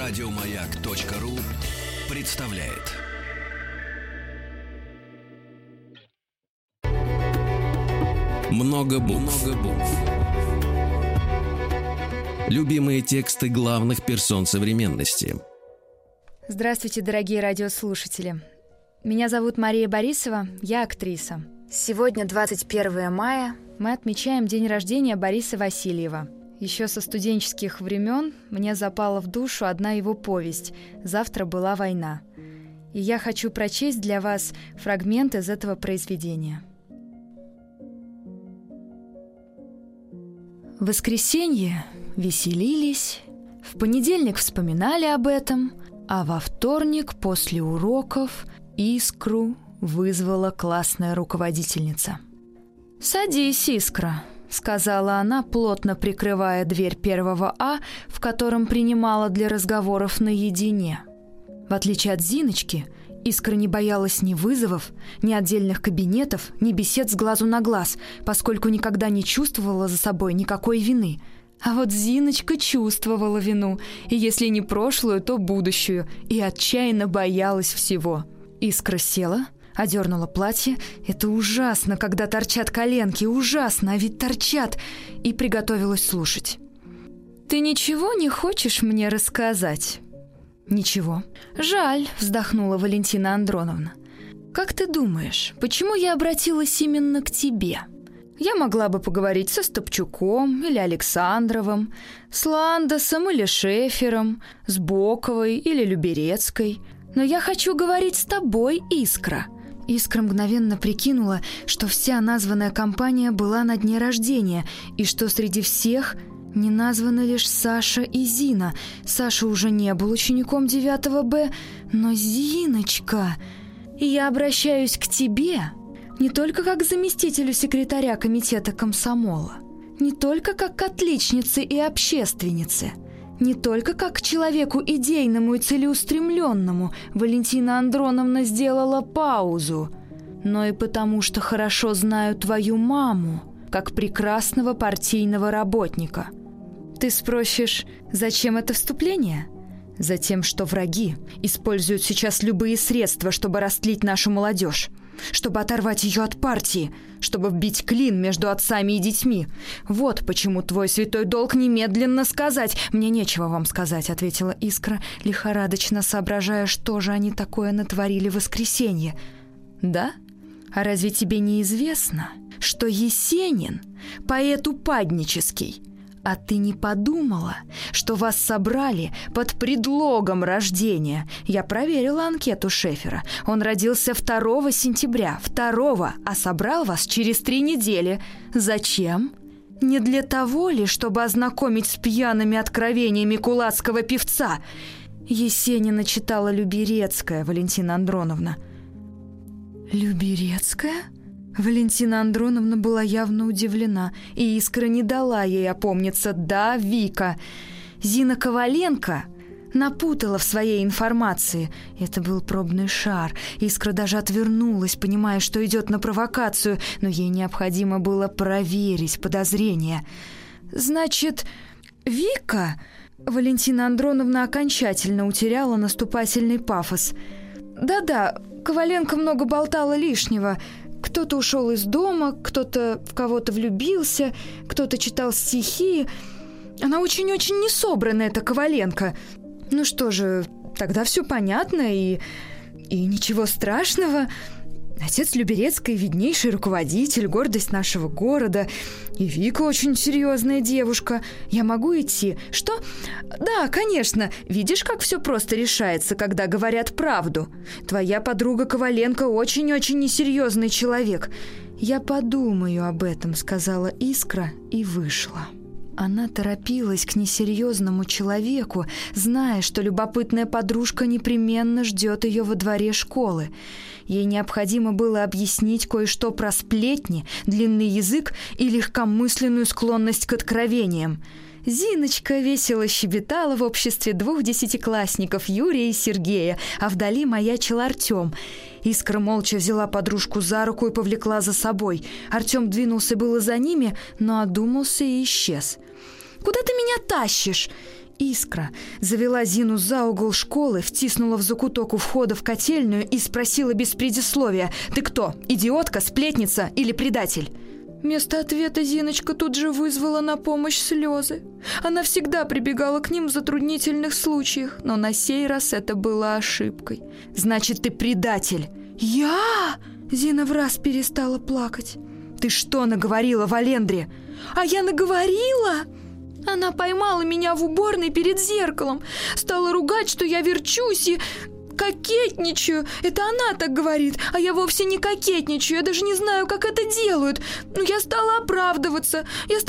Радиомаяк.ру представляет. Много букв. Любимые тексты главных персон современности. Здравствуйте, дорогие радиослушатели. Меня зовут Мария Борисова, я актриса. Сегодня 21 мая. Мы отмечаем день рождения Бориса Васильева. Еще со студенческих времен мне запала в душу одна его повесть «Завтра была война». И я хочу прочесть для вас фрагмент из этого произведения. В воскресенье веселились, в понедельник вспоминали об этом, а во вторник после уроков Искру вызвала классная руководительница. «Садись, Искра», — сказала она, плотно прикрывая дверь 1 А, в котором принимала для разговоров наедине. В отличие от Зиночки, Искра не боялась ни вызовов, ни отдельных кабинетов, ни бесед с глазу на глаз, поскольку никогда не чувствовала за собой никакой вины. А вот Зиночка чувствовала вину, и если не прошлую, то будущую, и отчаянно боялась всего. Искра села, одернула платье. Это ужасно, когда торчат коленки, ужасно, а ведь торчат. И приготовилась слушать. «Ты ничего не хочешь мне рассказать?» «Ничего». «Жаль», — вздохнула Валентина Андроновна. «Как ты думаешь, почему я обратилась именно к тебе? Я могла бы поговорить со Стопчуком или Александровым, с Ландосом или Шефером, с Боковой или Люберецкой. Но я хочу говорить с тобой, Искра». Искра мгновенно прикинула, что вся названная компания была на дне рождения, и что среди всех не названы лишь Саша и Зина. Саша уже не был учеником 9 Б, но Зиночка... «Я обращаюсь к тебе не только как к заместителю секретаря комитета комсомола, не только как к отличнице и общественнице, не только как к человеку идейному и целеустремленному», Валентина Андроновна сделала паузу, «но и потому, что хорошо знаю твою маму, как прекрасного партийного работника». Ты спросишь, зачем это вступление? Затем, что враги используют сейчас любые средства, чтобы растлить нашу молодежь, чтобы оторвать ее от партии, чтобы вбить клин между отцами и детьми. Вот почему твой святой долг немедленно сказать. «Мне нечего вам сказать», — ответила Искра, лихорадочно соображая, что же они такое натворили в воскресенье. «Да? А разве тебе не известно, что Есенин — поэт упаднический? А ты не подумала, что вас собрали под предлогом рождения? Я проверила анкету Шефера. Он родился 2 сентября, 2, а собрал вас через 3 недели. Зачем? Не для того ли, чтобы ознакомить с пьяными откровениями кулацкого певца?» Есенина читала Люберецкая, Валентина Андроновна. «Люберецкая?» Валентина Андроновна была явно удивлена, и Искра не дала ей опомниться. «Да, Вика. Зина Коваленко напутала в своей информации. Это был пробный шар. Искра даже отвернулась, понимая, что идет на провокацию, но ей необходимо было проверить подозрения. «Значит, Вика...» Валентина Андроновна окончательно утеряла наступательный пафос. «Да-да, Коваленко много болтала лишнего. Кто-то ушел из дома, кто-то в кого-то влюбился, кто-то читал стихи. Она очень-очень несобранная, эта Коваленко. Ну что же, тогда все понятно и ничего страшного. Отец Люберецкой — виднейший руководитель, гордость нашего города. И Вика очень серьезная девушка. Я могу идти? Что? Да, конечно. Видишь, как все просто решается, когда говорят правду. Твоя подруга Коваленко очень-очень несерьезный человек. Я подумаю об этом», — сказала Искра и вышла. Она торопилась к несерьезному человеку, зная, что любопытная подружка непременно ждет ее во дворе школы. Ей необходимо было объяснить кое-что про сплетни, длинный язык и легкомысленную склонность к откровениям. Зиночка весело щебетала в обществе 2 десятиклассников, Юрия и Сергея, а вдали маячил Артем. Искра молча взяла подружку за руку и повлекла за собой. Артем двинулся было за ними, но одумался и исчез. «Куда ты меня тащишь?» Искра завела Зину за угол школы, втиснула в закуток у входа в котельную и спросила без предисловия: «Ты кто? Идиотка, сплетница или предатель?» Вместо ответа Зиночка тут же вызвала на помощь слезы. Она всегда прибегала к ним в затруднительных случаях, но на сей раз это было ошибкой. «Значит, ты предатель!» «Я?» Зина враз перестала плакать. «Ты что наговорила Валендре?» «А я наговорила?» Она поймала меня в уборной перед зеркалом, стала ругать, что я верчусь и кокетничаю. Это она так говорит, а я вовсе не кокетничаю, я даже не знаю, как это делают. Но я стала оправдываться,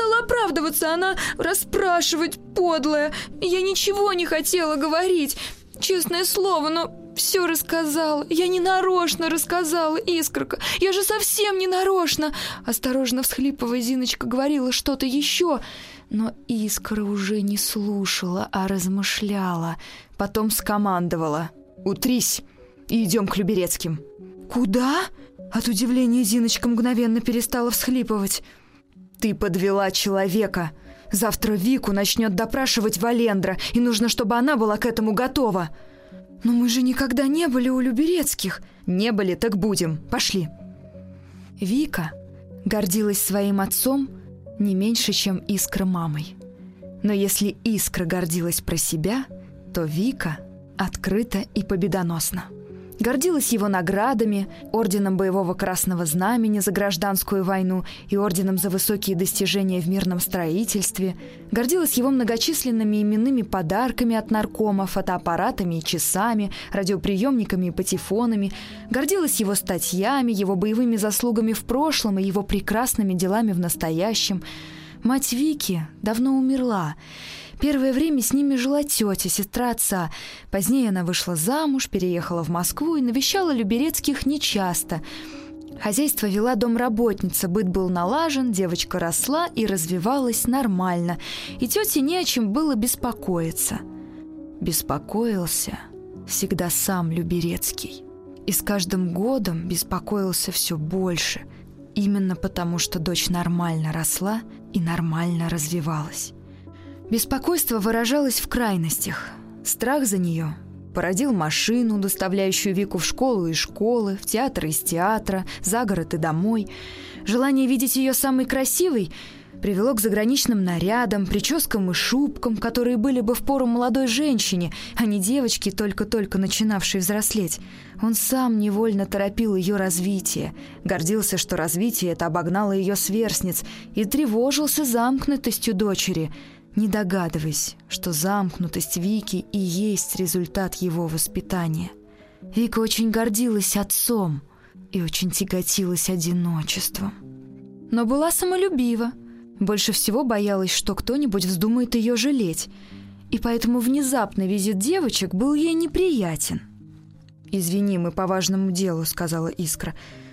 она расспрашивать, подлая. Я ничего не хотела говорить, честное слово, но все рассказала. Я не нарочно рассказала, Искорка, я же совсем не нарочно. Осторожно всхлипывая, Зиночка говорила что-то еще, но Искра уже не слушала, а размышляла. Потом скомандовала: «Утрись и идем к Люберецким». «Куда?» От удивления Зиночка мгновенно перестала всхлипывать. «Ты подвела человека. Завтра Вику начнет допрашивать Валендра, и нужно, чтобы она была к этому готова». «Но мы же никогда не были у Люберецких». «Не были, так будем. Пошли». Вика гордилась своим отцом не меньше, чем Искра мамой. Но если Искра гордилась про себя, то Вика открыто и победоносно. Гордилась его наградами, орденом Боевого Красного Знамени за гражданскую войну и орденом за высокие достижения в мирном строительстве. Гордилась его многочисленными именными подарками от наркома, фотоаппаратами и часами, радиоприемниками и патефонами. Гордилась его статьями, его боевыми заслугами в прошлом и его прекрасными делами в настоящем. Мать Вики давно умерла. Первое время с ними жила тетя, сестра отца. Позднее она вышла замуж, переехала в Москву и навещала Люберецких нечасто. Хозяйство вела домработница, быт был налажен, девочка росла и развивалась нормально, и тете не о чем было беспокоиться. Беспокоился всегда сам Люберецкий. И с каждым годом беспокоился все больше, именно потому, что дочь нормально росла и нормально развивалась. Беспокойство выражалось в крайностях. Страх за нее породил машину, доставляющую Вику в школу из школы, в театр из театра, за город и домой. Желание видеть ее самой красивой привело к заграничным нарядам, прическам и шубкам, которые были бы впору молодой женщине, а не девочке, только-только начинавшей взрослеть. Он сам невольно торопил ее развитие, гордился, что развитие это обогнало ее сверстниц, и тревожился замкнутостью дочери, не догадываясь, что замкнутость Вики и есть результат его воспитания. Вика очень гордилась отцом и очень тяготилась одиночеством. Но была самолюбива, больше всего боялась, что кто-нибудь вздумает ее жалеть, и поэтому внезапный визит девочек был ей неприятен. «Извини, мы по важному делу», — сказала Искра.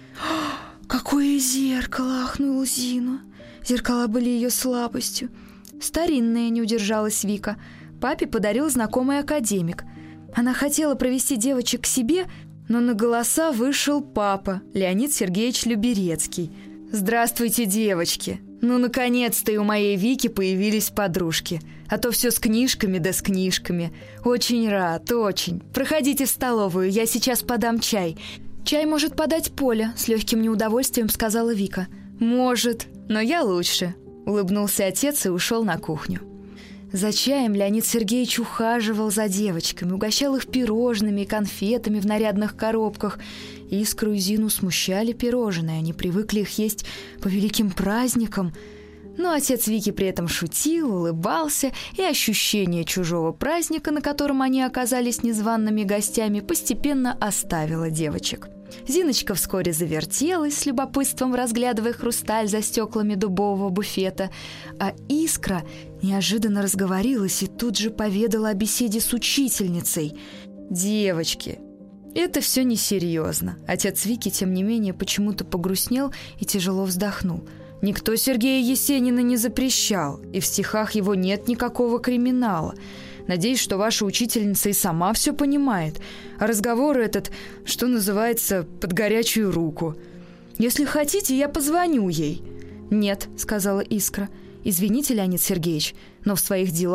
«Какое зеркало!» — ахнула Зина. Зеркала были ее слабостью. «Старинная», — не удержалась Вика. Папе подарил знакомый академик. Она хотела провести девочек к себе, но на голоса вышел папа, Леонид Сергеевич Люберецкий. «Здравствуйте, девочки! Ну, наконец-то и у моей Вики появились подружки. А то все с книжками да с книжками. Очень рад, очень. Проходите в столовую, я сейчас подам чай». «Чай может подать Поля», — с легким неудовольствием сказала Вика. «Может, но я лучше», — улыбнулся отец и ушел на кухню. За чаем Леонид Сергеевич ухаживал за девочками, угощал их пирожными и конфетами в нарядных коробках. Искру и Зину смущали пирожные, они привыкли их есть по великим праздникам. Но отец Вики при этом шутил, улыбался, и ощущение чужого праздника, на котором они оказались незваными гостями, постепенно оставило девочек. Зиночка вскоре завертелась, с любопытством разглядывая хрусталь за стеклами дубового буфета, а Искра неожиданно разговорилась и тут же поведала о беседе с учительницей. «Девочки, это все несерьезно». Отец Вики, тем не менее, почему-то погрустнел и тяжело вздохнул. «Никто Сергея Есенина не запрещал, и в стихах его нет никакого криминала. Надеюсь, что ваша учительница и сама все понимает. А разговор этот, что называется, под горячую руку. Если хотите, я позвоню ей». «Нет», — сказала Искра. «Извините, Леонид Сергеевич, но в своих делах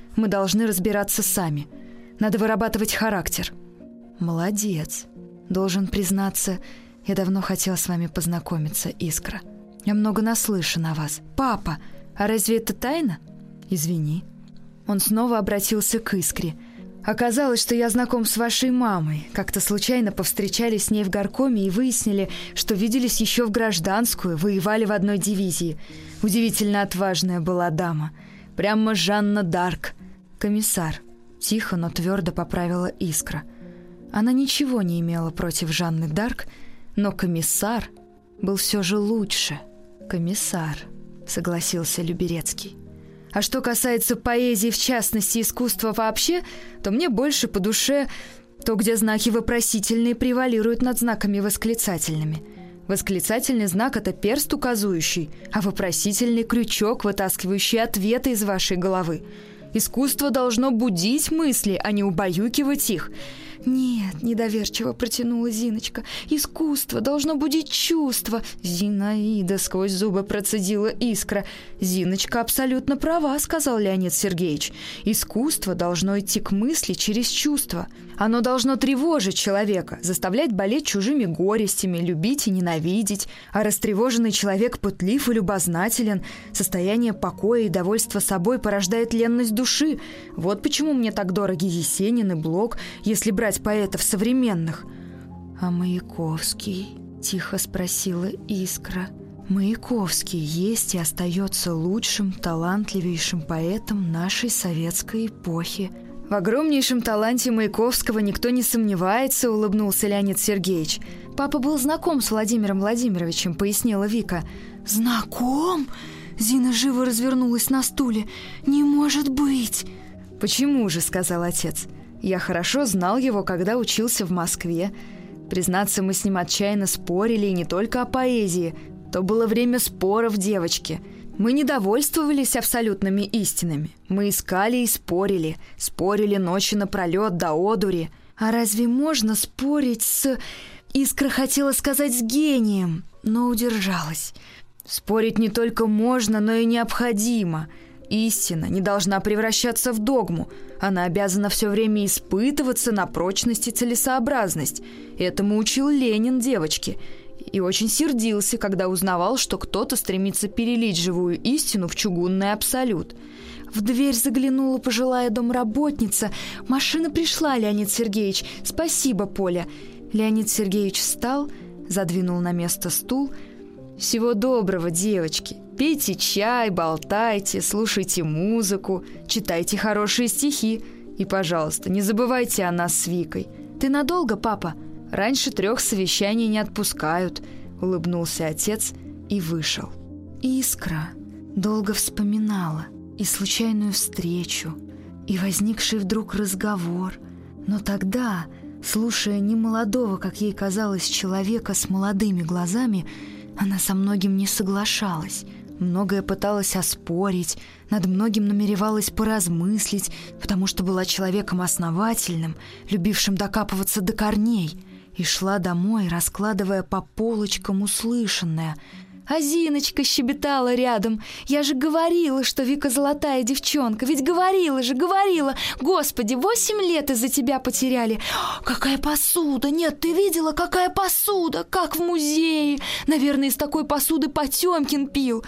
Мы должны разбираться сами. Надо вырабатывать характер». «Молодец. Должен признаться, я давно хотел с вами познакомиться, Искра. Я много наслышан о вас. Папа, а разве это тайна?» «Извини». Он снова обратился к Искре. «Оказалось, что я знаком с вашей мамой. Как-то случайно повстречались с ней в горкоме и выяснили, что виделись еще в гражданскую, воевали в одной дивизии. Удивительно отважная была дама. Прямо Жанна Дарк. Комиссар». Тихо, но твердо поправила Искра. Она ничего не имела против Жанны Дарк, но комиссар был все же лучше. «Комиссар», — согласился Люберецкий. «А что касается поэзии, в частности, искусства вообще, то мне больше по душе то, где знаки вопросительные превалируют над знаками восклицательными. Восклицательный знак — это перст указующий, а вопросительный — крючок, вытаскивающий ответы из вашей головы. Искусство должно будить мысли, а не убаюкивать их». «Нет», — недоверчиво протянула Зиночка, «искусство должно будить чувства». «Зинаида», — сквозь зубы процедила Искра. «Зиночка абсолютно права», — сказал Леонид Сергеевич. «Искусство должно идти к мысли через чувства. Оно должно тревожить человека, заставлять болеть чужими горестями, любить и ненавидеть. А растревоженный человек пытлив и любознателен. Состояние покоя и довольства собой порождает ленность души. Вот почему мне так дороги Есенин и Блок, если брать поэтов современных». «А Маяковский?» — тихо спросила Искра. «Маяковский есть и остается лучшим, талантливейшим поэтом нашей советской эпохи». «В огромнейшем таланте Маяковского никто не сомневается», — улыбнулся Леонид Сергеевич. «Папа был знаком с Владимиром Владимировичем», — пояснила Вика. «Знаком?» — Зина живо развернулась на стуле. «Не может быть!» «Почему же?» — сказал отец. «Я хорошо знал его, когда учился в Москве. Признаться, мы с ним отчаянно спорили, и не только о поэзии. То было время споров, девочки. Мы не довольствовались абсолютными истинами. Мы искали и спорили. Спорили ночи напролет до одури. А разве можно спорить с...» Искра хотела сказать «с гением», но удержалась. Спорить не только можно, но и необходимо. Истина не должна превращаться в догму. Она обязана все время испытываться на прочность и целесообразность. Этому учил Ленин, девочки. И очень сердился, когда узнавал, что кто-то стремится перелить живую истину в чугунный абсолют. В дверь заглянула пожилая домработница. «Машина пришла, Леонид Сергеевич. Спасибо, Поля». Леонид Сергеевич встал, задвинул на место стул. «Всего доброго, девочки. Пейте чай, болтайте, слушайте музыку, читайте хорошие стихи. И, пожалуйста, не забывайте о нас с Викой. Ты надолго, папа? Раньше 3 совещаний не отпускают», — улыбнулся отец и вышел. Искра долго вспоминала и случайную встречу, и возникший вдруг разговор. Но тогда, слушая немолодого, как ей казалось, человека с молодыми глазами, она со многим не соглашалась, многое пыталась оспорить, над многим намеревалась поразмыслить, потому что была человеком основательным, любившим докапываться до корней, и шла домой, раскладывая по полочкам услышанное. А Зиночка щебетала рядом. «Я же говорила, что Вика золотая девчонка. Ведь говорила же, говорила. Господи, 8 лет из-за тебя потеряли. Какая посуда! Нет, ты видела, какая посуда? Как в музее. Наверное, из такой посуды Потемкин пил».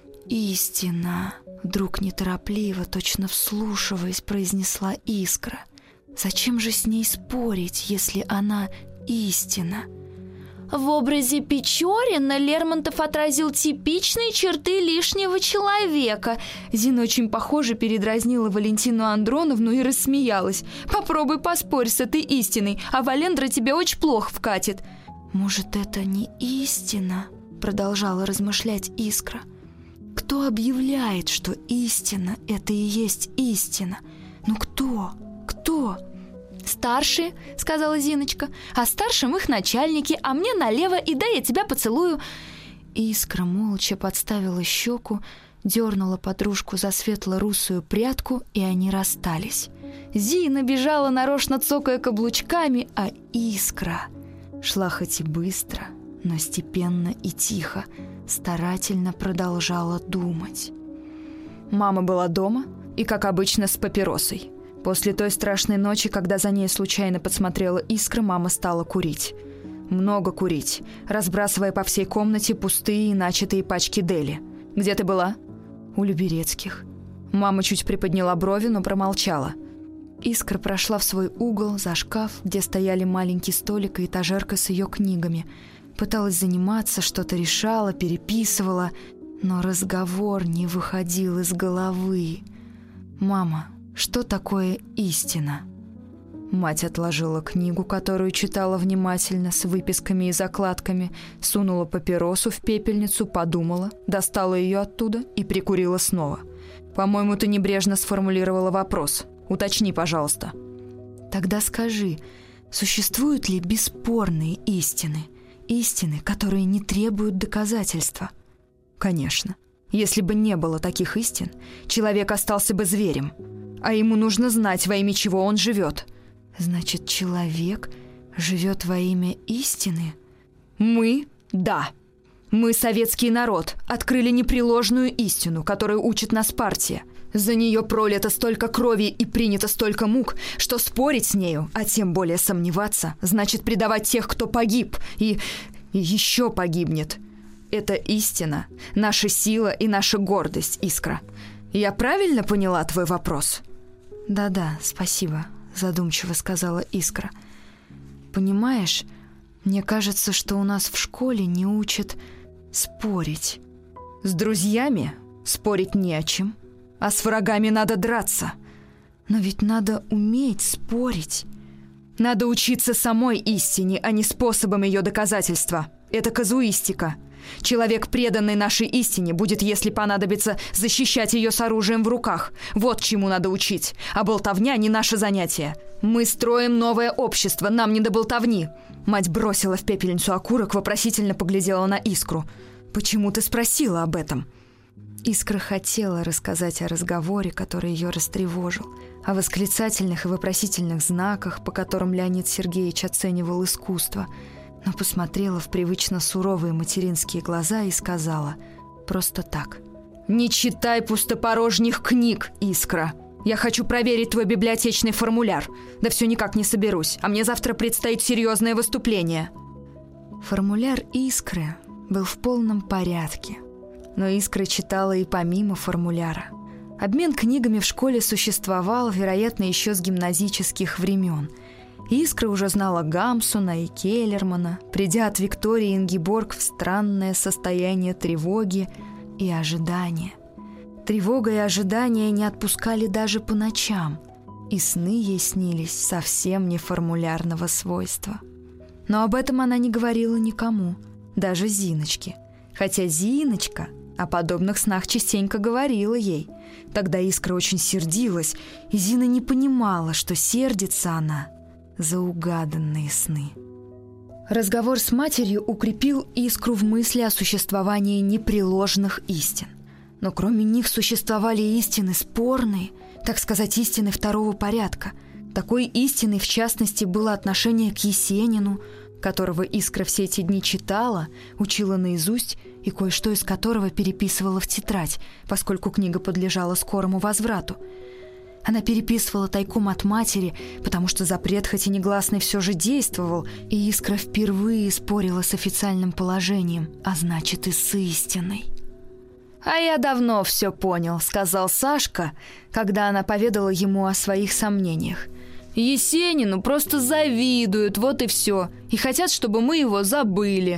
«Истина!» — вдруг неторопливо, точно вслушиваясь, произнесла Искра. «Зачем же с ней спорить, если она истина?» В образе Печорина Лермонтов отразил типичные черты лишнего человека. Зина очень похоже передразнила Валентину Андроновну и рассмеялась. «Попробуй поспорь с этой истиной, а Валендра тебе очень плохо вкатит». «Может, это не истина?» — продолжала размышлять Искра. «Кто объявляет, что истина — это и есть истина? Ну кто? Кто?» «Старшие», — сказала Зиночка, «а старшим их начальники, а мне налево, и дай я тебя поцелую». Искра молча подставила щеку, дернула подружку за светло-русую прядку, и они расстались. Зина бежала нарочно, цокая каблучками, а Искра шла хоть и быстро, но степенно и тихо, старательно продолжала думать. Мама была дома, И, как обычно, с папиросой. После той страшной ночи, когда за ней случайно подсмотрела Искра, мама стала курить. Много курить, разбрасывая по всей комнате пустые и начатые пачки Дели. «Где ты была?» «У Люберецких». Мама чуть приподняла брови, но промолчала. Искра прошла в свой угол за шкаф, где стояли маленький столик и этажерка с ее книгами. Пыталась заниматься, что-то решала, переписывала, но разговор не выходил из головы. «Мама, что такое истина?» Мать отложила книгу, которую читала внимательно, с выписками и закладками, сунула папиросу в пепельницу, подумала, достала ее оттуда и прикурила снова. «По-моему, ты небрежно сформулировала вопрос. Уточни, пожалуйста». «Тогда скажи, существуют ли бесспорные истины? Истины, которые не требуют доказательства?» «Конечно. Если бы не было таких истин, человек остался бы зверем. А ему нужно знать, во имя чего он живет». «Значит, человек живет во имя истины?» «Мы? Да. Мы, советский народ, открыли непреложную истину, которую учит нас партия. За нее пролито столько крови и принято столько мук, что спорить с нею, а тем более сомневаться, значит предавать тех, кто погиб и еще погибнет. Это истина, наша сила и наша гордость, Искра. Я правильно поняла твой вопрос?» «Да-да, спасибо», — задумчиво сказала Искра. «Понимаешь, мне кажется, что у нас в школе не учат спорить. С друзьями спорить не о чем, а с врагами надо драться. Но ведь надо уметь спорить. Надо учиться самой истине, а не способам ее доказательства. Это казуистика. Человек, преданный нашей истине, будет, если понадобится, защищать ее с оружием в руках. Вот чему надо учить. А болтовня не наше занятие. Мы строим новое общество, нам не до болтовни». Мать бросила в пепельницу окурок, вопросительно поглядела на Искру. «Почему ты спросила об этом?» Искра хотела рассказать о разговоре, который ее растревожил, о восклицательных и вопросительных знаках, по которым Леонид Сергеевич оценивал искусство, но посмотрела в привычно суровые материнские глаза и сказала просто так: «Не читай пустопорожних книг, Искра. Я хочу проверить твой библиотечный формуляр. Да все никак не соберусь, а мне завтра предстоит серьезное выступление». Формуляр Искры был в полном порядке, но Искра читала и помимо формуляра. Обмен книгами в школе существовал, вероятно, еще с гимназических времен. Искра уже знала Гамсуна и Келлермана, придя от Виктории Ингеборг в странное состояние тревоги и ожидания. Тревога и ожидание не отпускали даже по ночам, и сны ей снились совсем не формулярного свойства. Но об этом она не говорила никому, даже Зиночке, хотя Зиночка о подобных снах частенько говорила ей. Тогда Искра очень сердилась, и Зина не понимала, что сердится она за угаданные сны. Разговор с матерью укрепил Искру в мысли о существовании непреложных истин. Но кроме них существовали истины спорные, так сказать, истины второго порядка. Такой истиной, в частности, было отношение к Есенину, которого Искра все эти дни читала, учила наизусть и кое-что из которого переписывала в тетрадь, поскольку книга подлежала скорому возврату. Она переписывала тайком от матери, потому что запрет, хоть и негласный, все же действовал, и Искра впервые спорила с официальным положением, а значит и с истиной. «А я давно все понял», — сказал Сашка, когда она поведала ему о своих сомнениях. «Есенину просто завидуют, вот и все, и хотят, чтобы мы его забыли».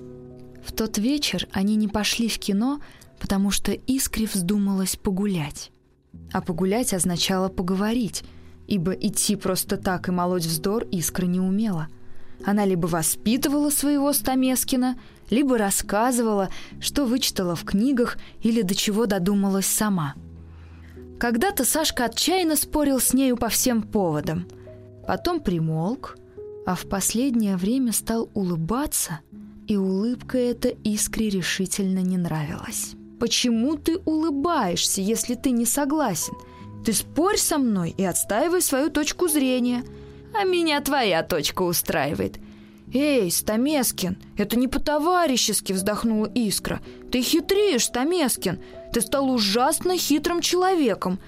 В тот вечер они не пошли в кино, потому что Искре вздумалось погулять. А погулять означало поговорить, ибо идти просто так и молоть вздор Искра не умела. Она либо воспитывала своего Стамескина, либо рассказывала, что вычитала в книгах или до чего додумалась сама. Когда-то Сашка отчаянно спорил с нею по всем поводам. Потом примолк, а в последнее время стал улыбаться, и улыбка эта Искре решительно не нравилась. «Почему ты улыбаешься, если ты не согласен? Ты спорь со мной и отстаивай свою точку зрения. А меня твоя точка устраивает». «Эй, Стамескин, это не по-товарищески», — вздохнула Искра. «Ты хитришь, Стамескин. Ты стал ужасно хитрым человеком.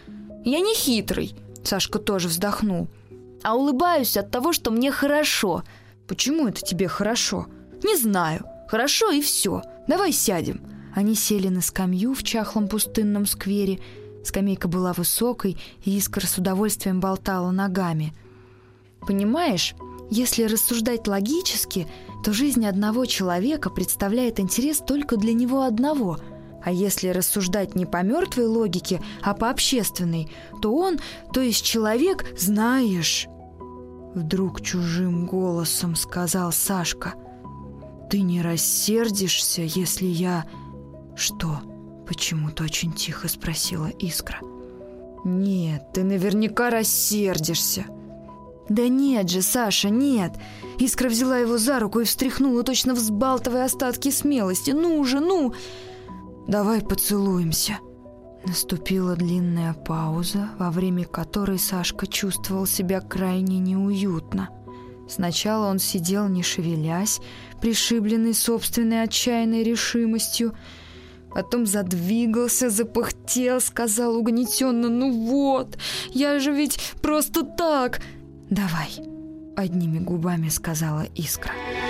Я не хитрый. Сашка тоже вздохнул. А улыбаюсь от того, что мне хорошо. Почему это тебе хорошо? Не знаю. Хорошо и все. Давай сядем. Они сели на скамью в чахлом пустынном сквере. Скамейка была высокой, и Искра с удовольствием болтала ногами. Понимаешь, если рассуждать логически, то жизнь одного человека представляет интерес только для него одного. А если рассуждать не по мертвой логике, а по общественной, то он, то есть человек, знаешь... Вдруг чужим голосом сказал Сашка. «Ты не рассердишься, если я...» «Что?» — почему-то очень тихо спросила Искра. «Нет, ты наверняка рассердишься». «Да нет же, Саша, нет!» Искра взяла его за руку и встряхнула, точно взбалтывая остатки смелости. «Ну же, ну! Давай поцелуемся!» Наступила длинная пауза, во время которой Сашка чувствовал себя крайне неуютно. Сначала он сидел, не шевелясь, пришибленный собственной отчаянной решимостью. Потом задвигался, запыхтел, сказал угнетенно: «Ну вот, я же ведь просто так!» «Давай», — одними губами сказала Искра.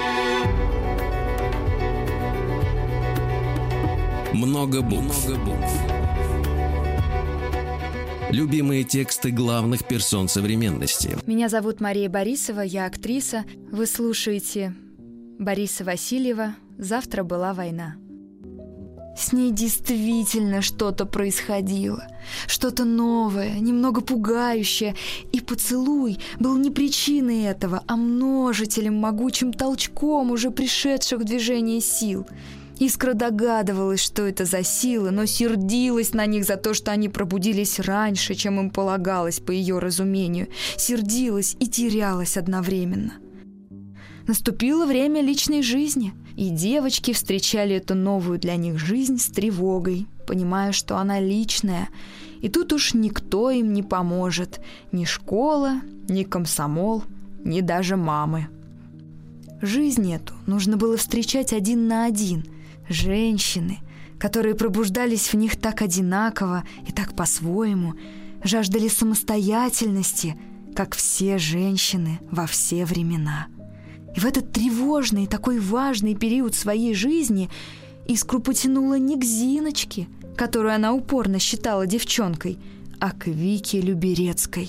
Много букв. Любимые тексты главных персон современности. Меня зовут Мария Борисова, я актриса. Вы слушаете Бориса Васильева «Завтра была война». С ней действительно что-то происходило, что-то новое, немного пугающее, и поцелуй был не причиной этого, а множителем, могучим толчком уже пришедших в движение сил. Искра догадывалась, что это за силы, но сердилась на них за то, что они пробудились раньше, чем им полагалось, по ее разумению. Сердилась и терялась одновременно. Наступило время личной жизни, и девочки встречали эту новую для них жизнь с тревогой, понимая, что она личная, и тут уж никто им не поможет, ни школа, ни комсомол, ни даже мамы. Жизнь эту нужно было встречать один на один. Женщины, которые пробуждались в них так одинаково и так по-своему, жаждали самостоятельности, как все женщины во все времена. И в этот тревожный, такой важный период своей жизни Искру потянула не к Зиночке, которую она упорно считала девчонкой, а к Вике Люберецкой.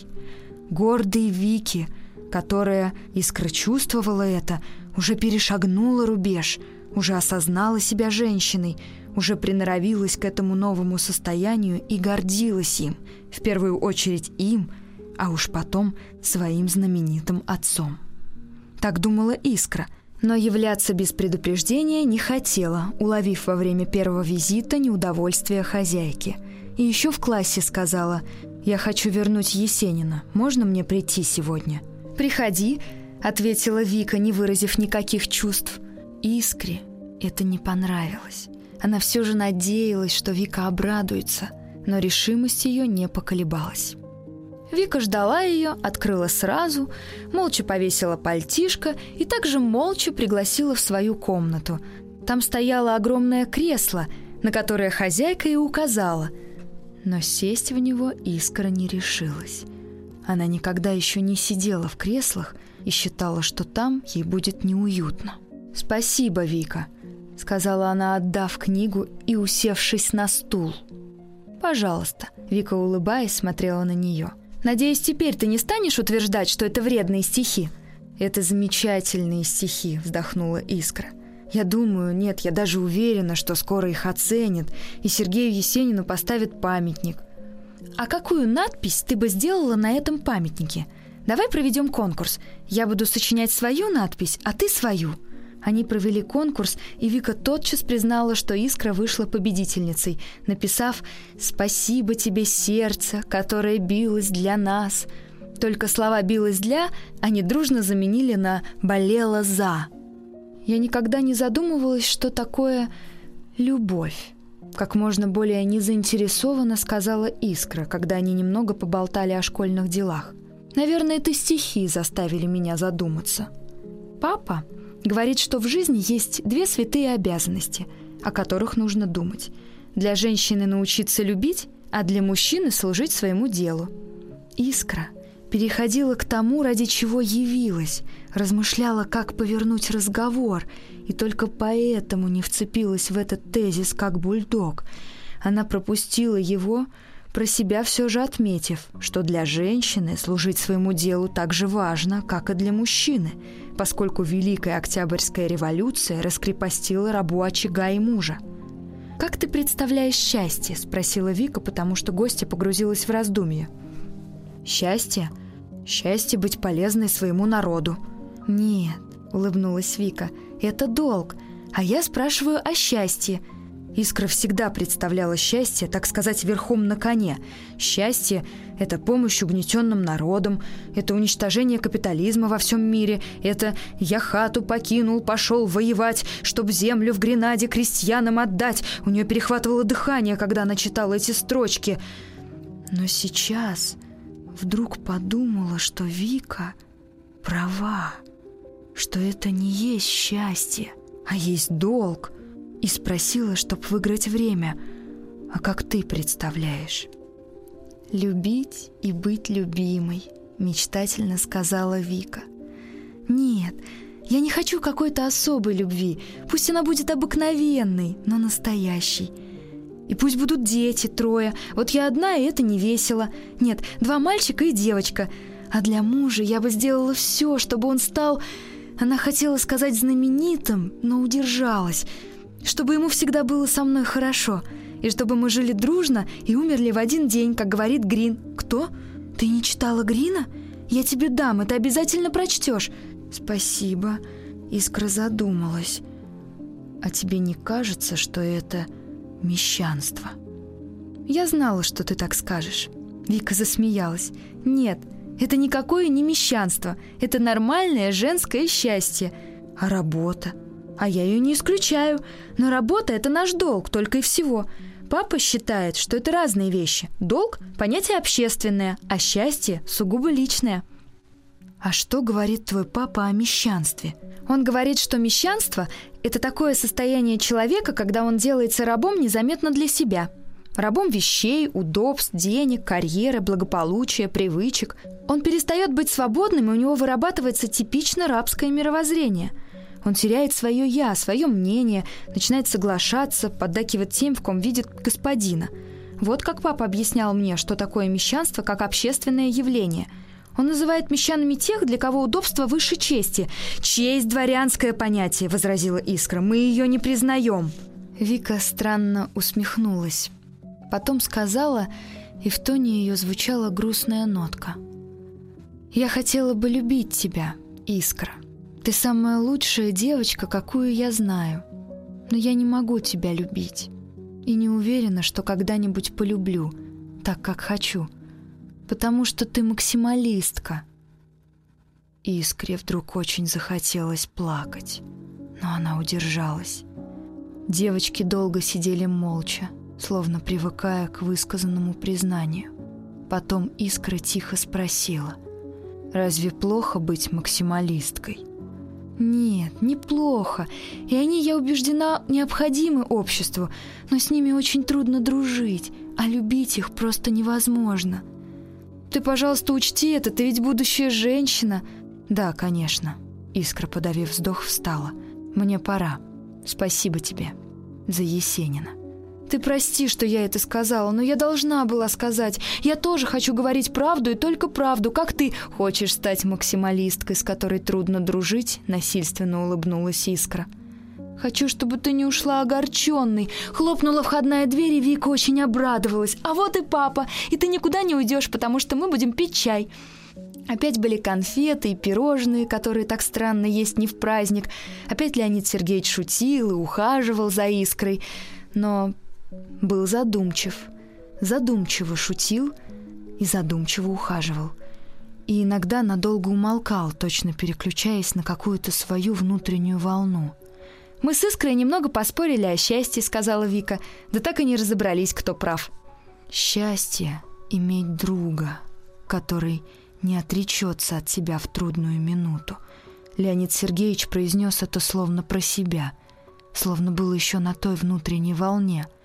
Гордой Вике, которая, Искра чувствовала это, уже перешагнула рубеж, уже осознала себя женщиной, уже приноровилась к этому новому состоянию и гордилась им, в первую очередь им, а уж потом своим знаменитым отцом. Так думала Искра, но являться без предупреждения не хотела, уловив во время первого визита неудовольствие хозяйки. И еще в классе сказала: «Я хочу вернуть Есенина, можно мне прийти сегодня?» «Приходи», — ответила Вика, не выразив никаких чувств. Искре это не понравилось. Она все же надеялась, что Вика обрадуется, но решимость ее не поколебалась. Вика ждала ее, открыла сразу, молча повесила пальтишко и также молча пригласила в свою комнату. Там стояло огромное кресло, на которое хозяйка и указала, но сесть в него Искра не решилась. Она никогда еще не сидела в креслах и считала, что там ей будет неуютно. «Спасибо, Вика», — сказала она, отдав книгу и усевшись на стул. «Пожалуйста», — Вика, улыбаясь, смотрела на нее. «Надеюсь, теперь ты не станешь утверждать, что это вредные стихи?» «Это замечательные стихи», — вздохнула Искра. «Я думаю, нет, я даже уверена, что скоро их оценят, и Сергею Есенину поставят памятник». «А какую надпись ты бы сделала на этом памятнике? Давай проведем конкурс. Я буду сочинять свою надпись, а ты свою». Они провели конкурс, и Вика тотчас признала, что Искра вышла победительницей, написав «Спасибо тебе, сердце, которое билось для нас». Только слова «билось для» они дружно заменили на «болело за». «Я никогда не задумывалась, что такое любовь», как можно более незаинтересованно сказала Искра, когда они немного поболтали о школьных делах. «Наверное, это стихи заставили меня задуматься. Папа говорит, что в жизни есть две святые обязанности, о которых нужно думать. Для женщины научиться любить, а для мужчины служить своему делу. Искра переходила к тому, ради чего явилась, размышляла, как повернуть разговор, и только поэтому не вцепилась в этот тезис, как бульдог. Она пропустила его, про себя все же отметив, что для женщины служить своему делу так же важно, как и для мужчины, поскольку Великая Октябрьская революция раскрепостила рабу очага и мужа. «Как ты представляешь счастье?» – спросила Вика, потому что гостья погрузилась в раздумье. «Счастье? Счастье быть полезной своему народу». «Нет», – улыбнулась Вика, – «это долг, а я спрашиваю о счастье». Искра всегда представляла счастье, так сказать, верхом на коне. Счастье – это помощь угнетенным народам, это уничтожение капитализма во всем мире, это «я хату покинул, пошел воевать, чтоб землю в Гренаде крестьянам отдать». У нее перехватывало дыхание, когда она читала эти строчки. Но сейчас вдруг подумала, что Вика права, что это не есть счастье, а есть долг. И спросила, чтоб выиграть время. «А как ты представляешь?» «Любить и быть любимой», — мечтательно сказала Вика. «Нет, я не хочу какой-то особой любви. Пусть она будет обыкновенной, но настоящей. И пусть будут дети 3. Вот я одна, и это не весело. Нет, 2 мальчика и девочка. А для мужа я бы сделала все, чтобы он стал...» Она хотела сказать знаменитым, но удержалась. «Чтобы ему всегда было со мной хорошо, и чтобы мы жили дружно и умерли в один день, как говорит Грин». «Кто? Ты не читала Грина? Я тебе дам, это обязательно прочтешь». «Спасибо», — Искра задумалась. «А тебе не кажется, что это мещанство?» «Я знала, что ты так скажешь». Вика засмеялась. «Нет, это никакое не мещанство, это нормальное женское счастье. А работа? А я ее не исключаю, но работа – это наш долг, только и всего. Папа считает, что это разные вещи. Долг – понятие общественное, а счастье – сугубо личное». «А что говорит твой папа о мещанстве?» «Он говорит, что мещанство – это такое состояние человека, когда он делается рабом незаметно для себя. Рабом вещей, удобств, денег, карьеры, благополучия, привычек. Он перестает быть свободным, и у него вырабатывается типично рабское мировоззрение. Он теряет свое «я», свое мнение, начинает соглашаться, поддакивать тем, в ком видит господина. Вот как папа объяснял мне, что такое мещанство как общественное явление. Он называет мещанами тех, для кого удобство выше чести. «Честь – дворянское понятие», – возразила Искра, – «мы ее не признаем». Вика странно усмехнулась. Потом сказала, и в тоне ее звучала грустная нотка. «Я хотела бы любить тебя, Искра. Ты самая лучшая девочка, какую я знаю. Но я не могу тебя любить. И не уверена, что когда-нибудь полюблю, так, как хочу. Потому что ты максималистка». Искре вдруг очень захотелось плакать, но она удержалась. Девочки долго сидели молча, словно привыкая к высказанному признанию. Потом Искра тихо спросила: «Разве плохо быть максималисткой?» «Нет, неплохо. И они, я убеждена, необходимы обществу, но с ними очень трудно дружить, а любить их просто невозможно». «Ты, пожалуйста, учти это, ты ведь будущая женщина». «Да, конечно». Искра, подавив вздох, встала. «Мне пора. Спасибо тебе за Есенина». «Ты прости, что я это сказала, но я должна была сказать. Я тоже хочу говорить правду и только правду, как ты хочешь стать максималисткой, с которой трудно дружить», — насильственно улыбнулась Искра. «Хочу, чтобы ты не ушла огорченной». Хлопнула входная дверь, и Вика очень обрадовалась. «А вот и папа, и ты никуда не уйдешь, потому что мы будем пить чай». Опять были конфеты и пирожные, которые так странно есть не в праздник. Опять Леонид Сергеевич шутил и ухаживал за Искрой, но был задумчив. Задумчиво шутил и задумчиво ухаживал. И иногда надолго умолкал, точно переключаясь на какую-то свою внутреннюю волну. «Мы с Искрой немного поспорили о счастье», — сказала Вика. «Да так и не разобрались, кто прав». «Счастье — иметь друга, который не отречется от тебя в трудную минуту». Леонид Сергеевич произнес это словно про себя, словно был еще на той внутренней волне.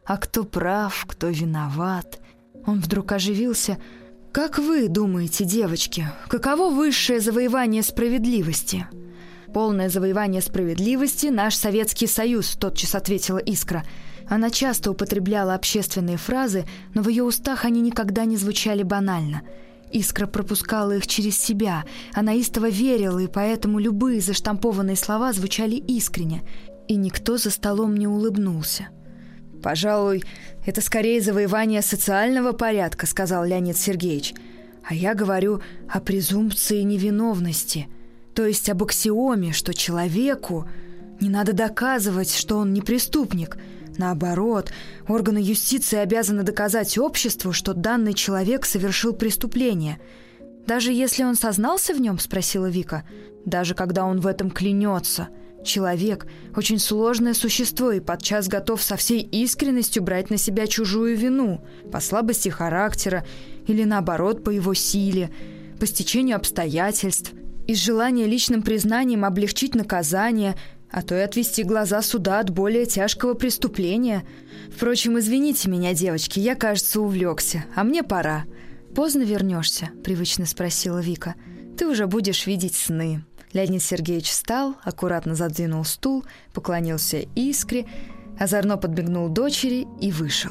А кто прав, кто виноват? Он вдруг оживился. «Как вы думаете, девочки, каково высшее завоевание справедливости?» «Полное завоевание справедливости — наш Советский Союз», — тотчас ответила Искра. Она часто употребляла общественные фразы, но в ее устах они никогда не звучали банально. Искра пропускала их через себя, она истово верила, и поэтому любые заштампованные слова звучали искренне, и никто за столом не улыбнулся. «Пожалуй, это скорее завоевание социального порядка», — сказал Леонид Сергеевич. «А я говорю о презумпции невиновности, то есть об аксиоме, что человеку не надо доказывать, что он не преступник. Наоборот, органы юстиции обязаны доказать обществу, что данный человек совершил преступление. Даже если он сознался в нем, спросила Вика. Даже когда он в этом клянется. Человек – очень сложное существо и подчас готов со всей искренностью брать на себя чужую вину, по слабости характера или, наоборот, по его силе, по стечению обстоятельств, из желания личным признанием облегчить наказание, а то и отвести глаза суда от более тяжкого преступления. Впрочем, извините меня, девочки, я, кажется, увлекся, а мне пора. «Поздно вернешься?» – привычно спросила Вика. «Ты уже будешь видеть сны». Леонид Сергеевич встал, аккуратно задвинул стул, поклонился Искре, озорно подмигнул дочери и вышел.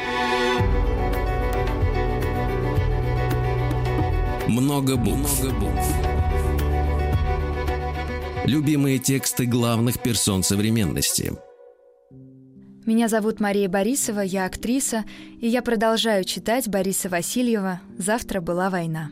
Много букв. Любимые тексты главных персон современности. Меня зовут Мария Борисова, я актриса, и я продолжаю читать Бориса Васильева «Завтра была война».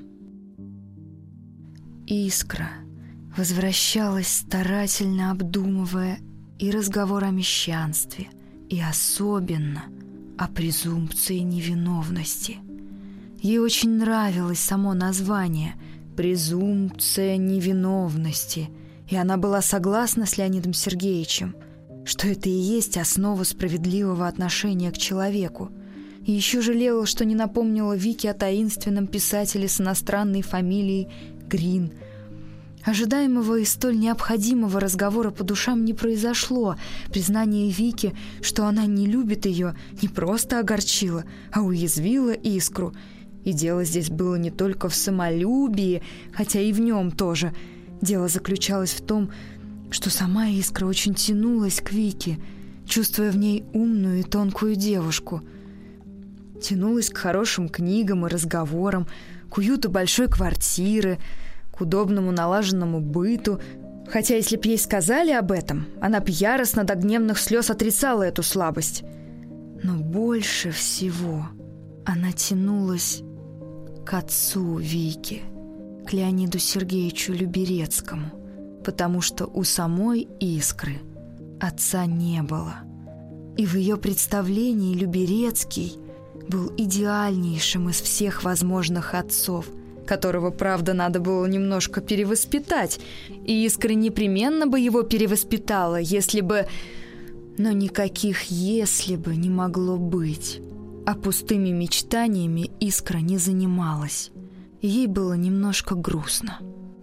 Искра возвращалась, старательно обдумывая и разговор о мещанстве, и особенно о презумпции невиновности. Ей очень нравилось само название «Презумпция невиновности», и она была согласна с Леонидом Сергеевичем, что это и есть основа справедливого отношения к человеку. И еще жалела, что не напомнила Вике о таинственном писателе с иностранной фамилией Грин. Ожидаемого и столь необходимого разговора по душам не произошло. Признание Вики, что она не любит ее, не просто огорчило, а уязвило Искру. И дело здесь было не только в самолюбии, хотя и в нем тоже. Дело заключалось в том, что сама Искра очень тянулась к Вике, чувствуя в ней умную и тонкую девушку. Тянулась к хорошим книгам и разговорам, к уюту большой квартиры, к удобному налаженному быту. Хотя, если б ей сказали об этом, она б яростно до гневных слез отрицала эту слабость. Но больше всего она тянулась к отцу Вики, к Леониду Сергеевичу Люберецкому, потому что у самой Искры отца не было. И в ее представлении Люберецкий был идеальнейшим из всех возможных отцов, которого, правда, надо было немножко перевоспитать, и Искра непременно бы его перевоспитала, если бы... Но никаких «если бы» не могло быть. А пустыми мечтаниями Искра не занималась. Ей было немножко грустно.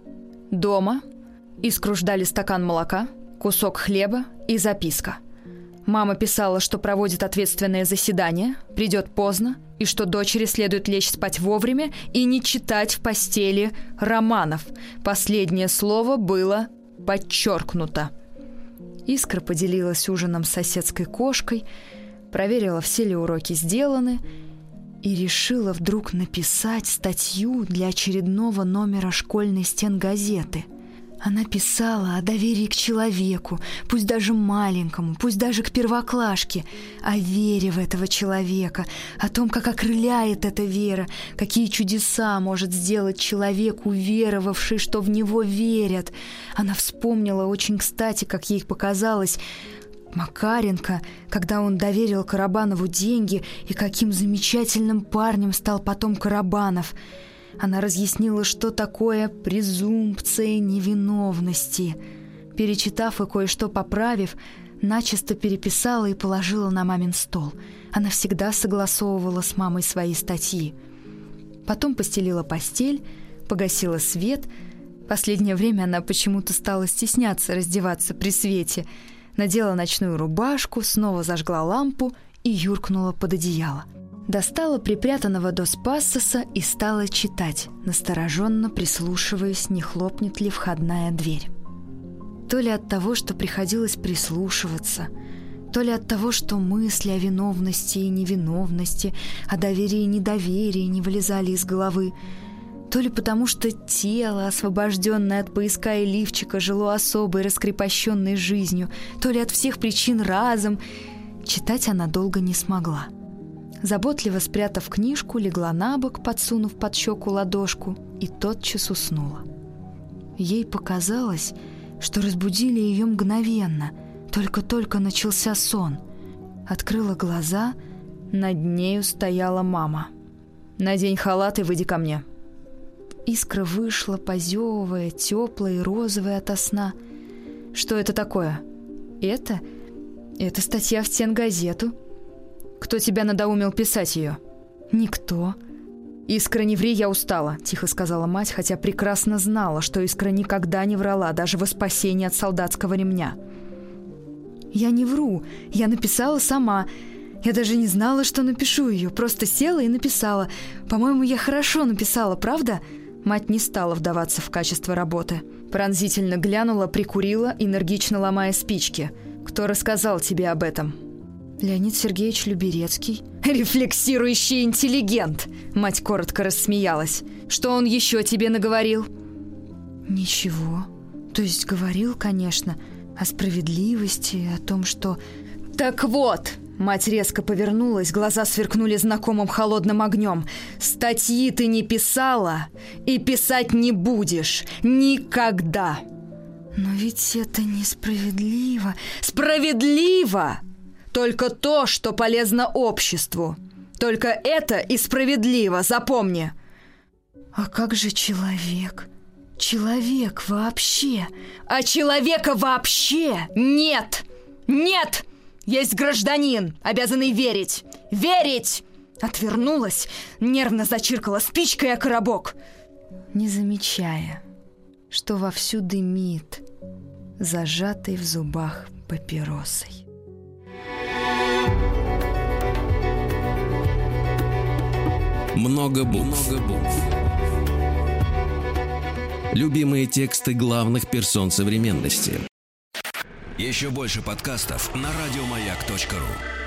Дома Искру ждали стакан молока, кусок хлеба и записка. Мама писала, что проводит ответственное заседание, придет поздно, и что дочери следует лечь спать вовремя и не читать в постели романов. Последнее слово было подчеркнуто. Искра поделилась ужином с соседской кошкой, проверила, все ли уроки сделаны, и решила вдруг написать статью для очередного номера школьной стенгазеты. Она писала о доверии к человеку, пусть даже маленькому, пусть даже к первоклашке, о вере в этого человека, о том, как окрыляет эта вера, какие чудеса может сделать человек, уверовавший, что в него верят. Она вспомнила очень кстати, как ей показалось, Макаренко, когда он доверил Карабанову деньги, и каким замечательным парнем стал потом Карабанов. Она разъяснила, что такое презумпция невиновности. Перечитав и кое-что поправив, начисто переписала и положила на мамин стол. Она всегда согласовывала с мамой свои статьи. Потом постелила постель, погасила свет. Последнее время она почему-то стала стесняться раздеваться при свете. Надела ночную рубашку, снова зажгла лампу и юркнула под одеяло. Достала припрятанного Дос Пассоса и стала читать, настороженно прислушиваясь, не хлопнет ли входная дверь. То ли от того, что приходилось прислушиваться, то ли от того, что мысли о виновности и невиновности, о доверии и недоверии не вылезали из головы, то ли потому, что тело, освобожденное от пояска и лифчика, жило особой раскрепощенной жизнью, то ли от всех причин разом, читать она долго не смогла. Заботливо спрятав книжку, легла на бок, подсунув под щеку ладошку, и тотчас уснула. Ей показалось, что разбудили ее мгновенно, только-только начался сон. Открыла глаза, над нею стояла мама. «Надень халат и выйди ко мне». Искра вышла, позевывая, теплая и розовая ото сна. «Что это такое?» «Это статья в Стенгазету». «Кто тебя надоумил писать ее?» «Никто». «Искра, не ври, я устала», — тихо сказала мать, хотя прекрасно знала, что Искра никогда не врала, даже во спасении от солдатского ремня. «Я не вру, я написала сама. Я даже не знала, что напишу ее, просто села и написала. По-моему, я хорошо написала, правда?» Мать не стала вдаваться в качество работы. Пронзительно глянула, прикурила, энергично ломая спички. «Кто рассказал тебе об этом?» «Леонид Сергеевич Люберецкий». «Рефлексирующий интеллигент!» Мать коротко рассмеялась. «Что он еще тебе наговорил?» «Ничего. То есть говорил, конечно, о справедливости, о том, что...» «Так вот!» Мать резко повернулась, глаза сверкнули знакомым холодным огнем. «Статьи ты не писала и писать не будешь. Никогда!» «Но ведь это несправедливо!» «Справедливо! Только то, что полезно обществу. Только это и справедливо, запомни!» «А как же человек? Человек вообще?» «А человека вообще нет! Нет! Есть гражданин, обязанный верить! Верить!» Отвернулась, нервно зачиркала спичкой о коробок, не замечая, что вовсю дымит, зажатой в зубах папиросой. Много букв. Любимые тексты главных персон современности. Еще больше подкастов на радиомаяк.ру.